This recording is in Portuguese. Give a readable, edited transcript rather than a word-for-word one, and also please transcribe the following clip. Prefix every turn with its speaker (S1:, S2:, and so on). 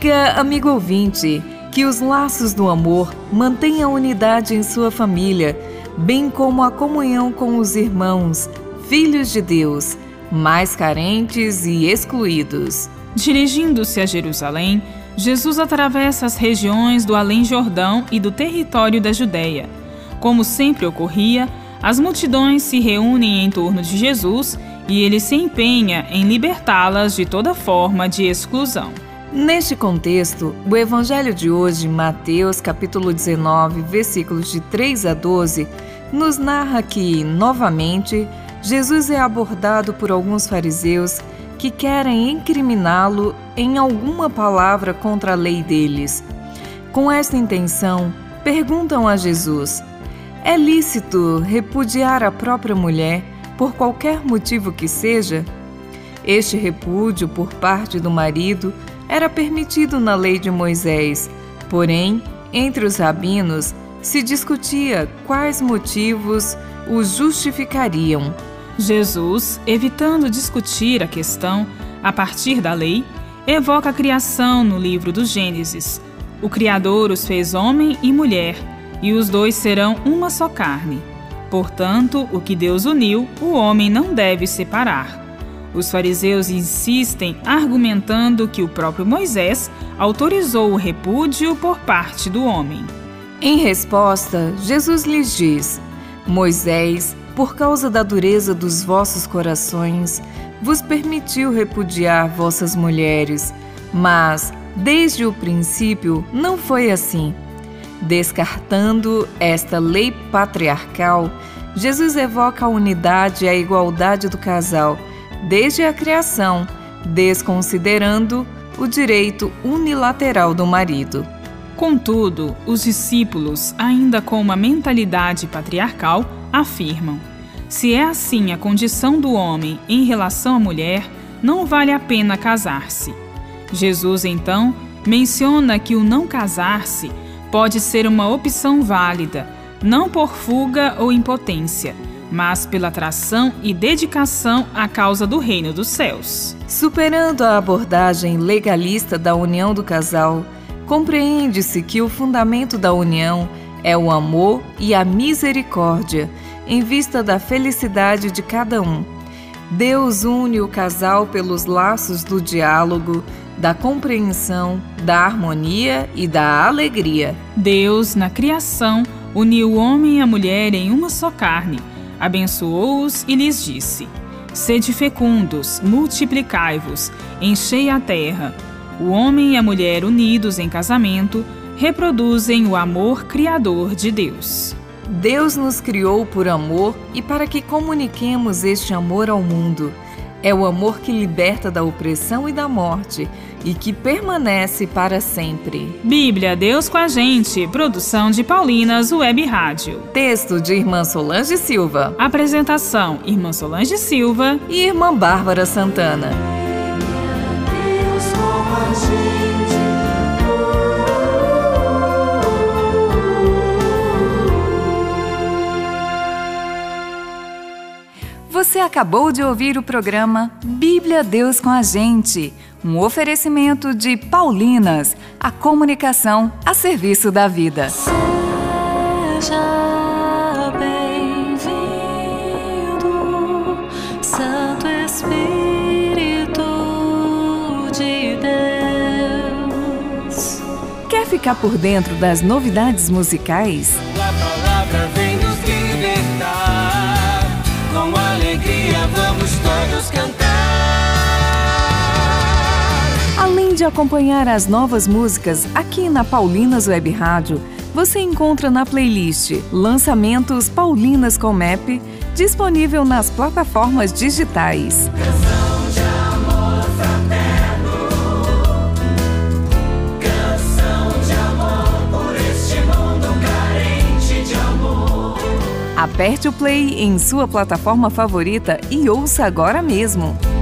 S1: Amiga, amigo ouvinte, que os laços do amor mantenham a unidade em sua família, bem como a comunhão com os irmãos, filhos de Deus, mais carentes e excluídos.
S2: Dirigindo-se a Jerusalém, Jesus atravessa as regiões do Além-Jordão e do território da Judéia. Como sempre ocorria, as multidões se reúnem em torno de Jesus e ele se empenha em libertá-las de toda forma de exclusão.
S1: Neste contexto, o Evangelho de hoje, Mateus capítulo 19, versículos de 3 a 12, nos narra que, novamente, Jesus é abordado por alguns fariseus que querem incriminá-lo em alguma palavra contra a lei deles. Com esta intenção, perguntam a Jesus: é lícito repudiar a própria mulher por qualquer motivo que seja? Este repúdio por parte do marido era permitido na lei de Moisés, porém, entre os rabinos se discutia quais motivos o justificariam.
S2: Jesus, evitando discutir a questão a partir da lei, evoca a criação no livro do Gênesis. O Criador os fez homem e mulher, e os dois serão uma só carne. Portanto, o que Deus uniu, o homem não deve separar. Os fariseus insistem, argumentando que o próprio Moisés autorizou o repúdio por parte do homem.
S1: Em resposta, Jesus lhes diz: Moisés, por causa da dureza dos vossos corações, vos permitiu repudiar vossas mulheres, mas, desde o princípio, não foi assim. Descartando esta lei patriarcal, Jesus evoca a unidade e a igualdade do casal, desde a criação, desconsiderando o direito unilateral do marido.
S2: Contudo, os discípulos, ainda com uma mentalidade patriarcal, afirmam: se é assim a condição do homem em relação à mulher, não vale a pena casar-se. Jesus, então, menciona que o não casar-se pode ser uma opção válida, não por fuga ou impotência, mas pela atração e dedicação à causa do reino dos céus.
S1: Superando a abordagem legalista da união do casal, compreende-se que o fundamento da união é o amor e a misericórdia, em vista da felicidade de cada um. Deus une o casal pelos laços do diálogo, da compreensão, da harmonia e da alegria.
S2: Deus, na criação, uniu o homem e a mulher em uma só carne, abençoou-os e lhes disse: sede fecundos, multiplicai-vos, enchei a terra. O homem e a mulher unidos em casamento reproduzem o amor criador de Deus.
S1: Deus nos criou por amor e para que comuniquemos este amor ao mundo. É o amor que liberta da opressão e da morte e que permanece para sempre.
S2: Bíblia, Deus com a gente. Produção de Paulinas Web Rádio.
S1: Texto de Irmã Solange Silva.
S2: Apresentação: Irmã Solange Silva
S1: e Irmã Bárbara Santana.
S3: Deus com a gente.
S1: Você acabou de ouvir o programa Bíblia Deus com a Gente, um oferecimento de Paulinas, a comunicação a serviço da vida.
S3: Seja bem-vindo, Santo Espírito de Deus.
S1: Quer ficar por dentro das novidades musicais?
S4: A palavra vem nos libertar. Com alegria vamos todos cantar.
S1: Além de acompanhar as novas músicas aqui na Paulinas Web Rádio, você encontra na playlist Lançamentos Paulinas com Map, disponível nas plataformas digitais.
S4: Canção de amor fraterno, canção de amor por este mundo carente de amor.
S1: Aperte o play em sua plataforma favorita e ouça agora mesmo.